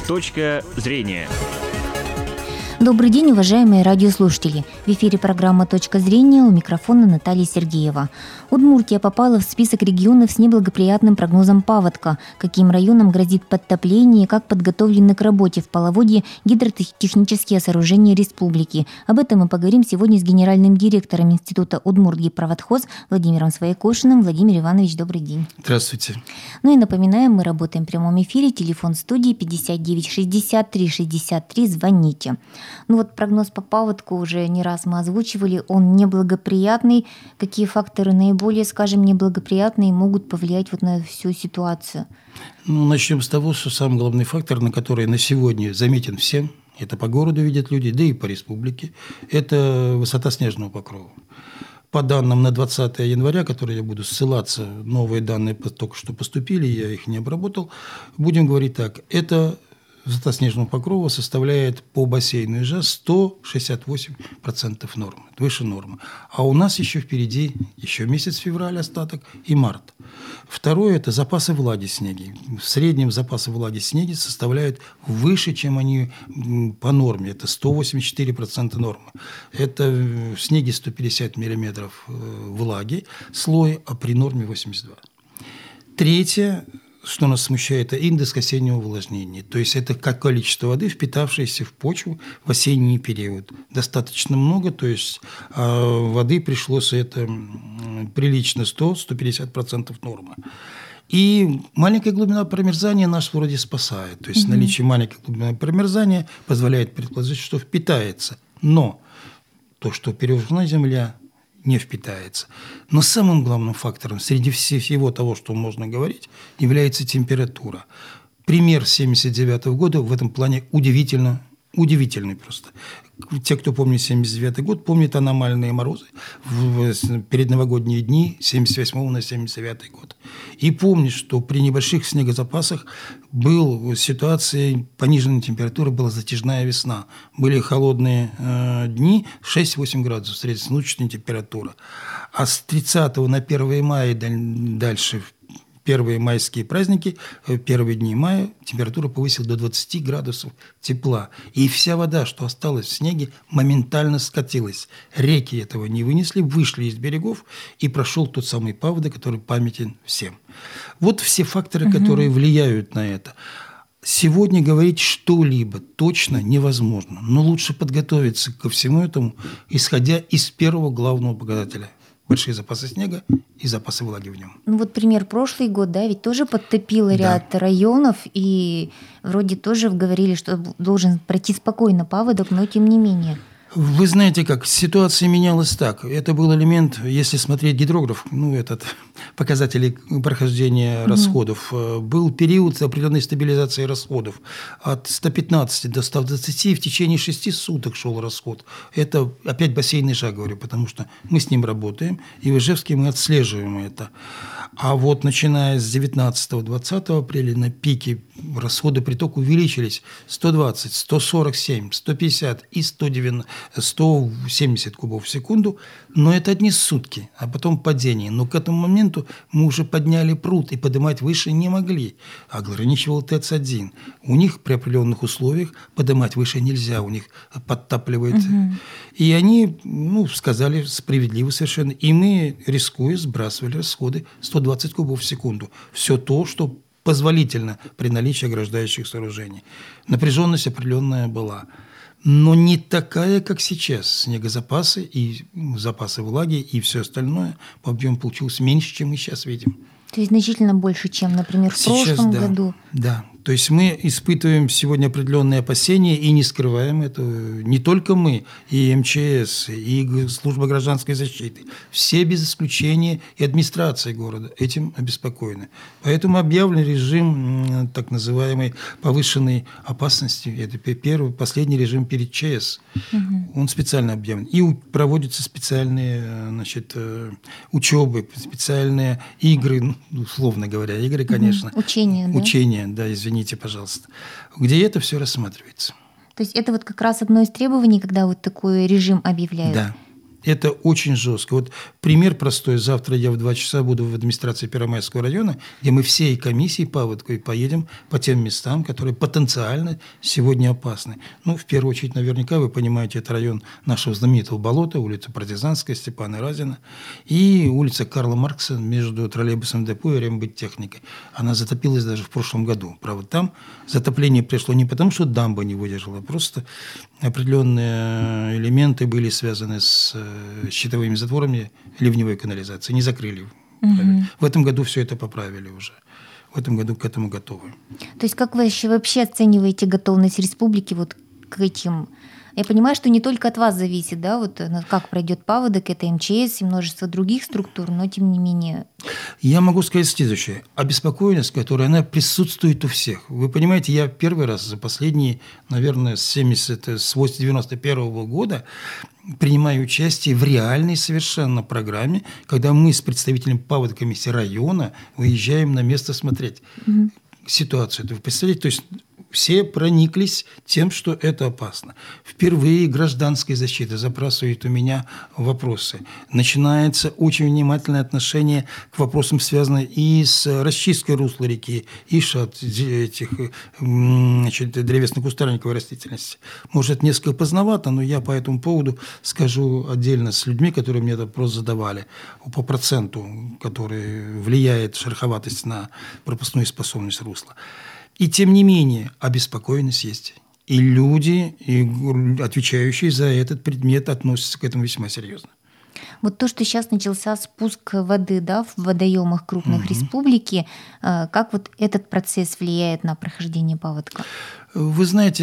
Точка зрения. Добрый день, уважаемые радиослушатели. В эфире программа «Точка зрения», у микрофона Наталья Сергеева. Удмуртия попала в список регионов с неблагоприятным прогнозом паводка. Каким районам грозит подтопление и как подготовлены к работе в половодье гидротехнические сооружения республики. Об этом мы поговорим сегодня с генеральным директором Института Удмуртгипроводхоз Владимиром Своякошиным. Владимир Иванович, добрый день. Здравствуйте. Ну и напоминаем, мы работаем в прямом эфире. Телефон студии 59 63 63. Звоните. Ну вот прогноз по паводку уже не раз мы озвучивали. Он неблагоприятный. Какие факторы наиболее, скажем, неблагоприятные могут повлиять вот на всю ситуацию? Ну, начнем с того, что самый главный фактор, на который на сегодня заметен всем, это по городу видят люди, да и по республике, это высота снежного покрова. По данным на 20 января, которые я буду ссылаться, новые данные только что поступили, я их не обработал, будем говорить так, это высота снежного покрова составляет по бассейну Ижа 168% нормы, выше нормы. А у нас еще впереди еще месяц февраль остаток и март. Второе – это запасы влаги снеги. В среднем запасы влаги снеги составляют выше, чем они по норме. Это 184% нормы. Это в снеге 150 мм влаги, слой, а при норме 82. Третье – что нас смущает, это индекс осеннего увлажнения. То есть это как количество воды, впитавшейся в почву в осенний период. Достаточно много, то есть воды пришлось это прилично 100-150% нормы. И маленькая глубина промерзания нас вроде спасает. То есть наличие маленькой глубины промерзания позволяет предположить, что впитается. Но то, что перевержена земля, не впитается. Но самым главным фактором среди всего того, что можно говорить, является температура. Пример 1979 года в этом плане удивительный просто. Те, кто помнит 1979 год, помнят аномальные морозы в предновогодние дни 1978 на 1979 год. И помнят, что при небольших снегозапасах была ситуация пониженной температуры, была затяжная весна. Были холодные дни, 6-8 градусов среднесуточная температура. А с 30 на 1 мая дальше первые майские праздники, первые дни мая, температура повысилась до 20 градусов тепла. И вся вода, что осталась в снеге, моментально скатилась. Реки этого не вынесли, вышли из берегов, и прошел тот самый паводок, который памятен всем. Вот все факторы, которые влияют на это. Сегодня говорить что-либо точно невозможно, но лучше подготовиться ко всему этому, исходя из первого главного показателя – большие запасы снега и запасы влаги в нем. Ну вот пример прошлый год, да, ведь тоже подтопило ряд районов, и вроде тоже говорили, что должен пройти спокойно паводок, но тем не менее. Вы знаете как, ситуация менялась так. Это был элемент, если смотреть гидрограф, показатели прохождения расходов. Был период определенной стабилизации расходов. От 115 до 120 в течение 6 суток шел расход. Это опять бассейн Ижа, говорю, потому что мы с ним работаем, и в Ижевске мы отслеживаем это. А вот начиная с 19-20 апреля на пике расходы притока увеличились 120, 147, 150 и 170 кубов в секунду, но это одни сутки, а потом падение. Но к этому моменту мы уже подняли пруд и поднимать выше не могли. Ограничивал ТЭЦ-1. У них при определенных условиях поднимать выше нельзя, у них подтапливает. И они сказали справедливо совершенно. И мы, рискуя, сбрасывали расходы 120 кубов в секунду. Все то, что позволительно при наличии ограждающих сооружений. Напряженность определенная была. Но не такая, как сейчас. Снегозапасы и запасы влаги и все остальное по объему получилось меньше, чем мы сейчас видим. То есть значительно больше, чем, например, в прошлом году. Да. То есть мы испытываем сегодня определенные опасения и не скрываем это. Не только мы, и МЧС, и служба гражданской защиты. Все без исключения и администрация города этим обеспокоены. Поэтому объявлен режим так называемой повышенной опасности. Это последний режим перед ЧС. Он специально объявлен. И проводятся специальные учебы, специальные игры, условно говоря, игры, конечно. Учения, да? Учения, да, извините, пожалуйста. Где это все рассматривается. То есть это вот как раз одно из требований, когда вот такой режим объявляют? Да. Это очень жестко. Вот пример простой. Завтра я в 2 часа буду в администрации Первомайского района, где мы всей комиссией паводковой поедем по тем местам, которые потенциально сегодня опасны. Ну, в первую очередь, наверняка, вы понимаете, это район нашего знаменитого болота, улица Партизанская, Степана Разина, и улица Карла Маркса между троллейбусом депо и рембыттехникой. Она затопилась даже в прошлом году. Правда, там затопление пришло не потому, что дамба не выдержала, а просто определенные элементы были связаны с щитовыми затворами ливневой канализации, не закрыли. Угу. В этом году все это поправили уже. В этом году к этому готовы. То есть как вы вообще оцениваете готовность республики вот к этим? Я понимаю, что не только от вас зависит, да, вот как пройдет паводок, это МЧС и множество других структур, но тем не менее. Я могу сказать следующее. Обеспокоенность, которая она присутствует у всех. Вы понимаете, я первый раз за последние, наверное, с 91 года принимаю участие в реальной совершенно программе, когда мы с представителем паводкомиссии района выезжаем на место смотреть ситуацию. Вы представляете, то есть все прониклись тем, что это опасно. Впервые гражданская защита запрашивает у меня вопросы. Начинается очень внимательное отношение к вопросам, связанным и с расчисткой русла реки, и от этих древесно-кустарниковой растительности. Может, это несколько поздновато, но я по этому поводу скажу отдельно с людьми, которые мне этот вопрос задавали, по проценту, который влияет шероховатость на пропускную способность русла. И тем не менее обеспокоенность есть. И люди, отвечающие за этот предмет, относятся к этому весьма серьезно. Вот то, что сейчас начался спуск воды, да, в водоемах крупных республики, как вот этот процесс влияет на прохождение паводка? Вы знаете,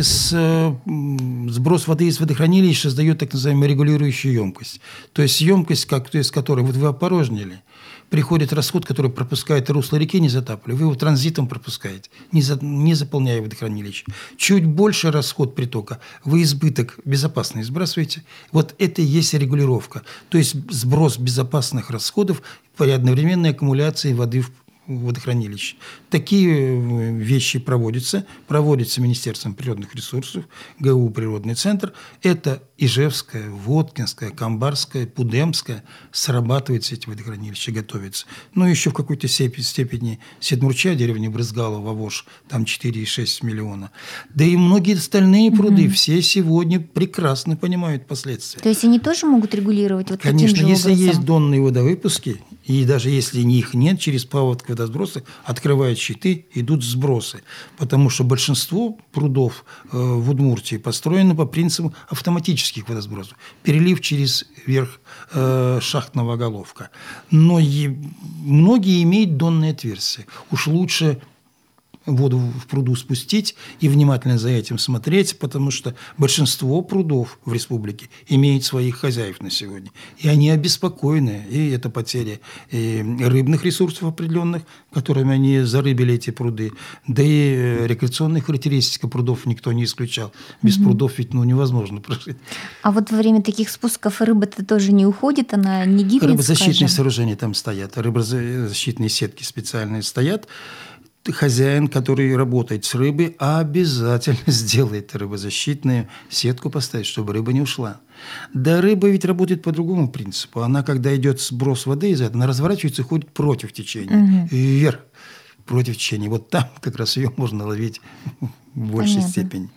сброс воды из водохранилища создает так называемую регулирующую емкость. То есть емкость, из которой вот вы опорожнили, приходит расход, который пропускает русло реки, не затапливая. Вы его транзитом пропускаете, не заполняя водохранилище. Чуть больше расход притока, вы избыток безопасный сбрасываете. Вот это и есть регулировка. То есть сброс безопасных расходов при одновременной аккумуляции воды в водохранилище. Такие вещи проводятся Министерством природных ресурсов, ГУ «Природный центр». Это Ижевская, Воткинская, Камбарская, Пудемская. Срабатываются эти водохранилища, готовятся. Ну, еще в какой-то степени Седмурча, деревня Брызгалова, Вож, там 4,6 миллиона. Да и многие остальные пруды все сегодня прекрасно понимают последствия. То есть они тоже могут регулировать вот Конечно, таким же если образом? есть донные водовыпуски, и даже если их нет, через паводок водосбросы открывают щиты, идут сбросы. Потому что большинство прудов в Удмуртии построено по принципу автоматических водосбросов. Перелив через верх шахтного оголовка. Но многие имеют донные отверстия. Уж лучше воду в пруду спустить и внимательно за этим смотреть, потому что большинство прудов в республике имеют своих хозяев на сегодня. И они обеспокоены. И это потеря и рыбных ресурсов определенных, которыми они зарыбили эти пруды, да и рекреационные характеристики прудов никто не исключал. Без прудов ведь невозможно прожить. А вот во время таких спусков рыба-то тоже не уходит, она не гибнет, рыбозащитные сооружения там стоят, рыбозащитные сетки специальные стоят. Хозяин, который работает с рыбой, обязательно сделает рыбозащитную сетку поставить, чтобы рыба не ушла. Да рыба ведь работает по другому принципу. Она, когда идет сброс воды из этого, она разворачивается и ходит против течения, вверх, против течения. Вот там как раз ее можно ловить в большей степени.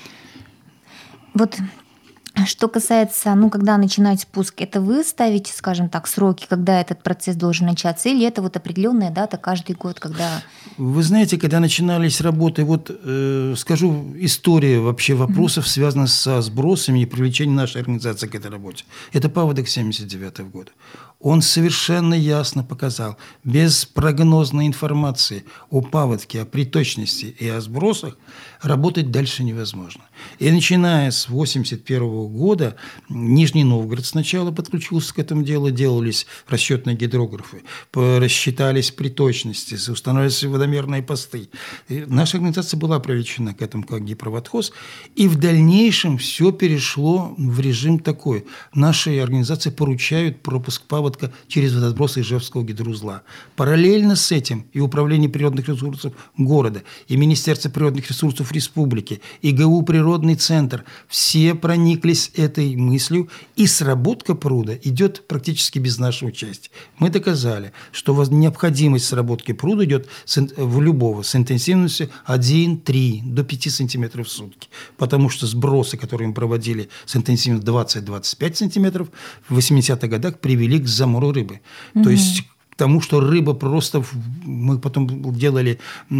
Вот что касается, когда начинать спуск, это вы ставите, скажем так, сроки, когда этот процесс должен начаться, или это вот определенная дата каждый год, когда... Вы знаете, когда начинались работы, скажу, история вообще вопросов, связанных со сбросами и привлечением нашей организации к этой работе. Это паводок 1979 года. Он совершенно ясно показал, без прогнозной информации о паводке, о приточности и о сбросах работать дальше невозможно. И начиная с 1981 года Нижний Новгород сначала подключился к этому делу, делались расчетные гидрографы, рассчитались приточности, устанавливались водомерные посты. И наша организация была привлечена к этому как гидроводхоз, и в дальнейшем все перешло в режим такой. Наши организации поручают пропуск паводка паводка через водосброс Ижевского гидроузла. Параллельно с этим и Управление природных ресурсов города, и Министерство природных ресурсов республики, и ГУ «Природный центр» все прониклись этой мыслью, и сработка пруда идет практически без нашего участия. Мы доказали, что необходимость сработки пруда идет в любого с интенсивностью 1-3 до 5 сантиметров в сутки, потому что сбросы, которые мы проводили с интенсивностью 20-25 сантиметров, в 80-х годах привели к замору рыбы. То есть к тому, что рыба просто... Мы потом делали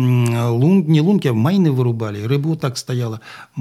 не лунки, а майны вырубали. Рыба вот так стояла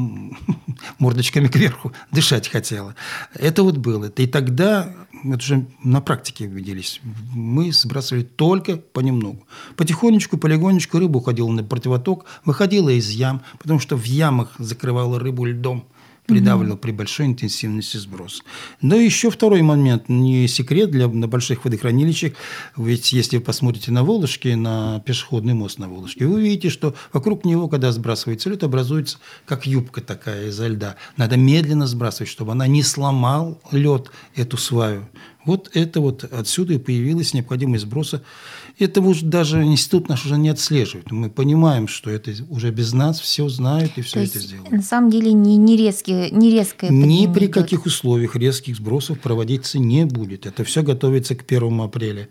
мордочками кверху, дышать хотела. Это вот было. И тогда, это уже на практике увиделись, мы сбрасывали только понемногу. Потихонечку, полигонечку рыба уходила на противоток, выходила из ям, потому что в ямах закрывала рыбу льдом, придавливал при большой интенсивности сброс. Но еще второй момент, не секрет на больших водохранилищах, ведь если вы посмотрите на Волжке, на пешеходный мост на Волжке, вы увидите, что вокруг него, когда сбрасывается лед, образуется как юбка такая изо льда. Надо медленно сбрасывать, чтобы она не сломал лед, эту сваю. Вот это вот отсюда и появилась необходимость сброса. Это уже даже институт наш уже не отслеживает. Мы понимаем, что это уже без нас все знают и все это сделают. На самом деле не резкое ни при каких условиях резких сбросов проводиться не будет. Это все готовится к 1 апреля.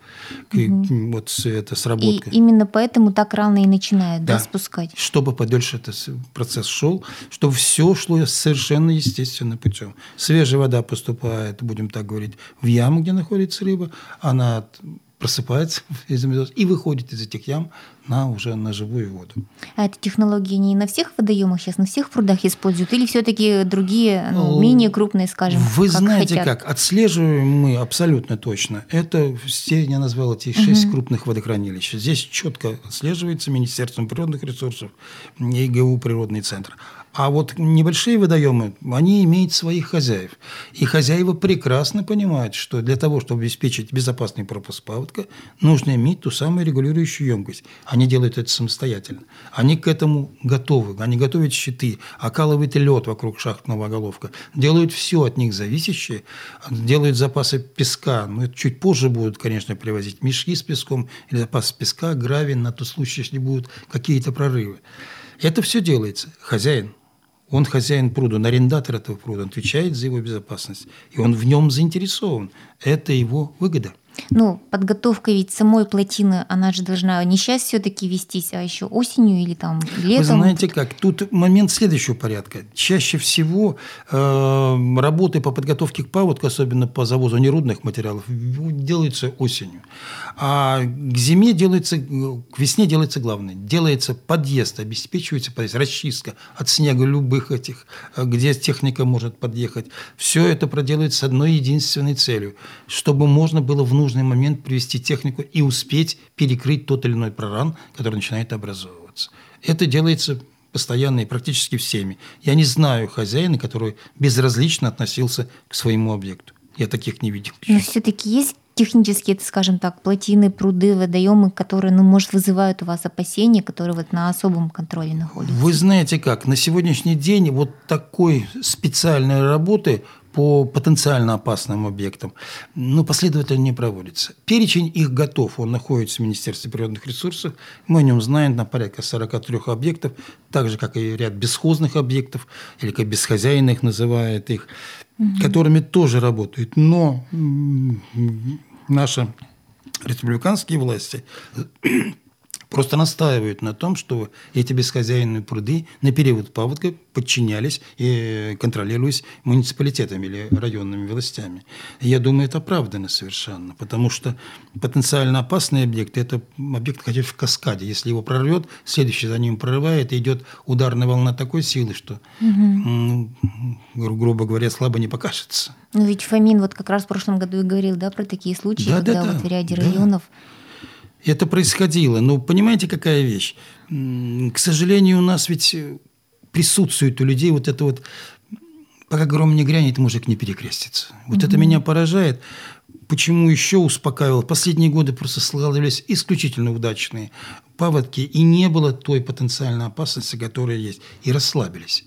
Вот эта сработка. И именно поэтому так рано и начинают спускать. Чтобы подольше этот процесс шел, чтобы все шло совершенно естественным путем. Свежая вода поступает, будем так говорить, в яму, где находится рыба, она просыпается и выходит из этих ям уже на живую воду. А эта технология не на всех водоемах сейчас, на всех прудах используют? Или все-таки другие, менее крупные, скажем, вы знаете как, отслеживаем мы абсолютно точно. Это я назвал эти 6 крупных водохранилищ. Здесь четко отслеживается Министерством природных ресурсов и ГУ «Природный центр». А вот небольшие водоемы, они имеют своих хозяев. И хозяева прекрасно понимают, что для того, чтобы обеспечить безопасный пропуск паводка, нужно иметь ту самую регулирующую емкость. Они делают это самостоятельно. Они к этому готовы. Они готовят щиты, окалывают лед вокруг шахтного оголовка, делают все от них зависящее, делают запасы песка. Это чуть позже будут, конечно, привозить мешки с песком или запасы песка, гравий на тот случай, если будут какие-то прорывы. Это все делается. Хозяин. Он хозяин пруда, он арендатор этого пруда, он отвечает за его безопасность. И он в нем заинтересован. Это его выгода. Подготовка ведь самой плотины, она же должна не сейчас все-таки вестись, а еще осенью или там летом. Вы знаете как, тут момент следующего порядка. Чаще всего работы по подготовке к паводку, особенно по завозу нерудных материалов, делаются осенью. А к весне делается главное. Делается подъезд, обеспечивается подъезд, расчистка от снега любых этих, где техника может подъехать. Все это проделывается с одной единственной целью, чтобы можно было в нужный момент привести технику и успеть перекрыть тот или иной проран, который начинает образовываться. Это делается постоянно и практически всеми. Я не знаю хозяина, который безразлично относился к своему объекту. Я таких не видел. Но все-таки есть технические, скажем так, плотины, пруды, водоемы, которые, может, вызывают у вас опасения, которые на особом контроле находятся? Вы знаете как, на сегодняшний день вот такой специальной работы по потенциально опасным объектам, последовательно не проводится. Перечень их готов, он находится в Министерстве природных ресурсов, мы о нем знаем, на порядка 43 объектов, так же, как и ряд бесхозных объектов, или как бесхозяйных называют их, которыми тоже работают. Но наши республиканские власти просто настаивают на том, что эти бесхозяйные пруды на период паводка подчинялись и контролировались муниципалитетами или районными властями. И я думаю, это оправдано совершенно, потому что потенциально опасный объект – это объект, хотя в каскаде. Если его прорвет, следующий за ним прорывает, и идет ударная волна такой силы, что, грубо говоря, слабо не покажется. Ведь Фомин как раз в прошлом году и говорил, про такие случаи, когда в ряде районов… Это происходило. Но понимаете, какая вещь? К сожалению, у нас ведь присутствует у людей пока гром не грянет, мужик не перекрестится. Это меня поражает. Почему еще успокаивал? Последние годы просто складывались исключительно удачные паводки, и не было той потенциальной опасности, которая есть. И расслабились.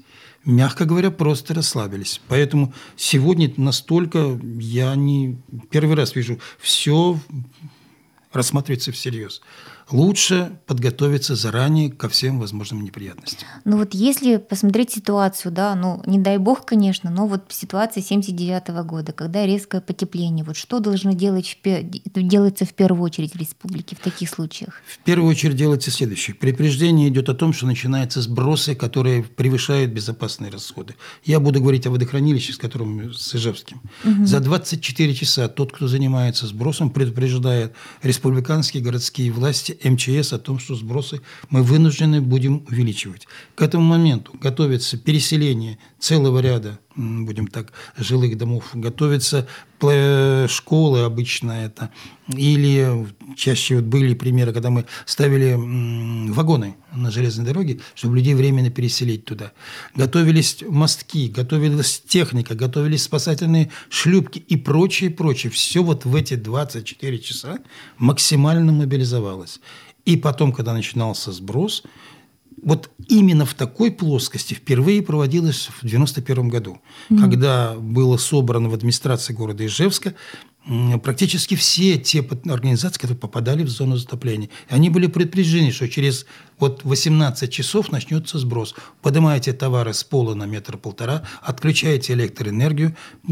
мягко говоря, просто расслабились. Поэтому сегодня настолько я не первый раз вижу, все рассматривается всерьез. Лучше подготовиться заранее ко всем возможным неприятностям. Ну вот если посмотреть ситуацию, да, ну не дай бог, конечно, но вот ситуация 1979 года, когда резкое потепление, вот что должно делаться в первую очередь в республике в таких случаях? В первую очередь делается следующее. Предупреждение идет о том, что начинаются сбросы, которые превышают безопасные расходы. Я буду говорить о водохранилище, с Ижевским. За 24 часа тот, кто занимается сбросом, предупреждает республиканские городские власти, МЧС о том, что сбросы мы вынуждены будем увеличивать. К этому моменту готовится переселение целого ряда, будем так, жилых домов, готовятся школы обычно это, или чаще вот были примеры, когда мы ставили вагоны на железной дороге, чтобы людей временно переселить туда. Готовились мостки, готовилась техника, готовились спасательные шлюпки и прочее, прочее. Все вот в эти 24 часа максимально мобилизовалось. И потом, когда начинался сброс, вот именно в такой плоскости впервые проводилось в 1991 году, когда было собрано в администрации города Ижевска практически все те организации, которые попадали в зону затопления. Они были предупреждены, что через 18 часов начнется сброс. Поднимаете товары с пола на 1,5 метра, отключаете электроэнергию.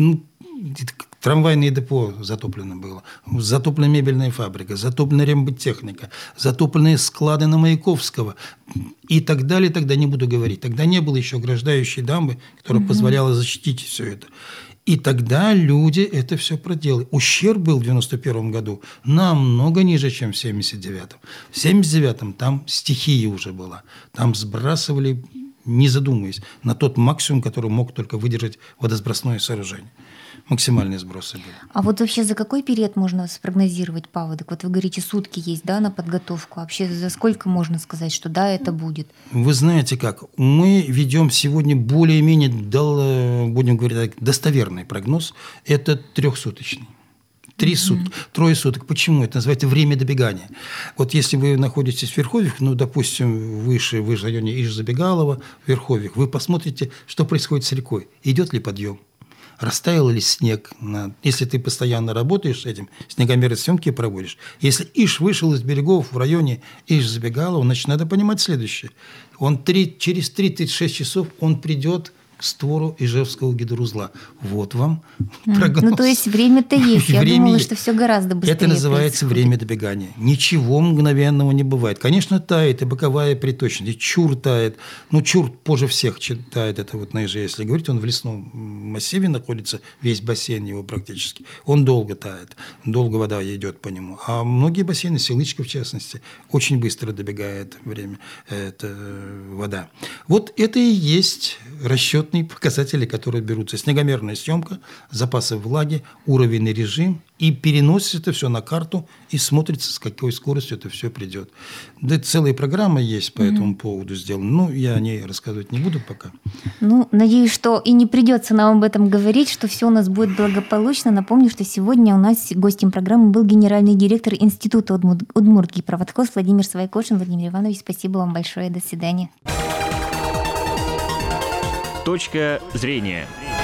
Трамвайное депо затоплено было, затоплена мебельная фабрика, затоплена рембыттехника, затопленные склады на Маяковского и так далее. Тогда не буду говорить. Тогда не было еще ограждающей дамбы, которая позволяла защитить все это. И тогда люди это все проделали. Ущерб был в 1991 году намного ниже, чем в 1979. В 1979 там стихия уже была. Там сбрасывали, не задумываясь, на тот максимум, который мог только выдержать водосбросное сооружение. Максимальные сбросы были. А вот вообще за какой период можно спрогнозировать паводок? Вот вы говорите, сутки есть, да, на подготовку. Вообще за сколько можно сказать, что да, это будет? Вы знаете как, мы ведем сегодня более-менее, будем говорить так, достоверный прогноз. Это 3-суточный. 3 сутки, 3 суток. Почему? Это называется время добегания. Вот если вы находитесь в Верховьях, допустим, выше в районе Иж-Забегалова, в Верховьях, вы посмотрите, что происходит с рекой. Идет ли подъем? Растаял ли снег? Если ты постоянно работаешь с этим, снегомеры съемки проводишь. Если Иж вышел из берегов в районе Иж-Забегалова, значит, надо понимать следующее. Через 3-36 часов он придет к створу Ижевского гидроузла. Вот вам прогноз. То есть время-то есть. Я думала, что все гораздо быстрее. Это называется время добегания. Ничего мгновенного не бывает. Конечно, тает и боковая приточность, и чур тает. Чур позже всех тает. Это на Иже, если говорить, он в лесном массиве находится, весь бассейн его практически. Он долго тает, долго вода идет по нему. А многие бассейны, Силычка в частности, очень быстро добегает время, вода. Вот это и есть расчетные показатели, которые берутся. Снегомерная съемка, запасы влаги, уровень и режим, и переносится это все на карту и смотрится, с какой скоростью это все придет. Да, целая программа есть по этому поводу сделана. Я о ней рассказывать не буду пока. Надеюсь, что и не придется нам об этом говорить, что все у нас будет благополучно. Напомню, что сегодня у нас гостем программы был генеральный директор Института Удмуртский правотхоз Владимир Свайкошин. Владимир Иванович, спасибо вам большое. До свидания. Точка зрения.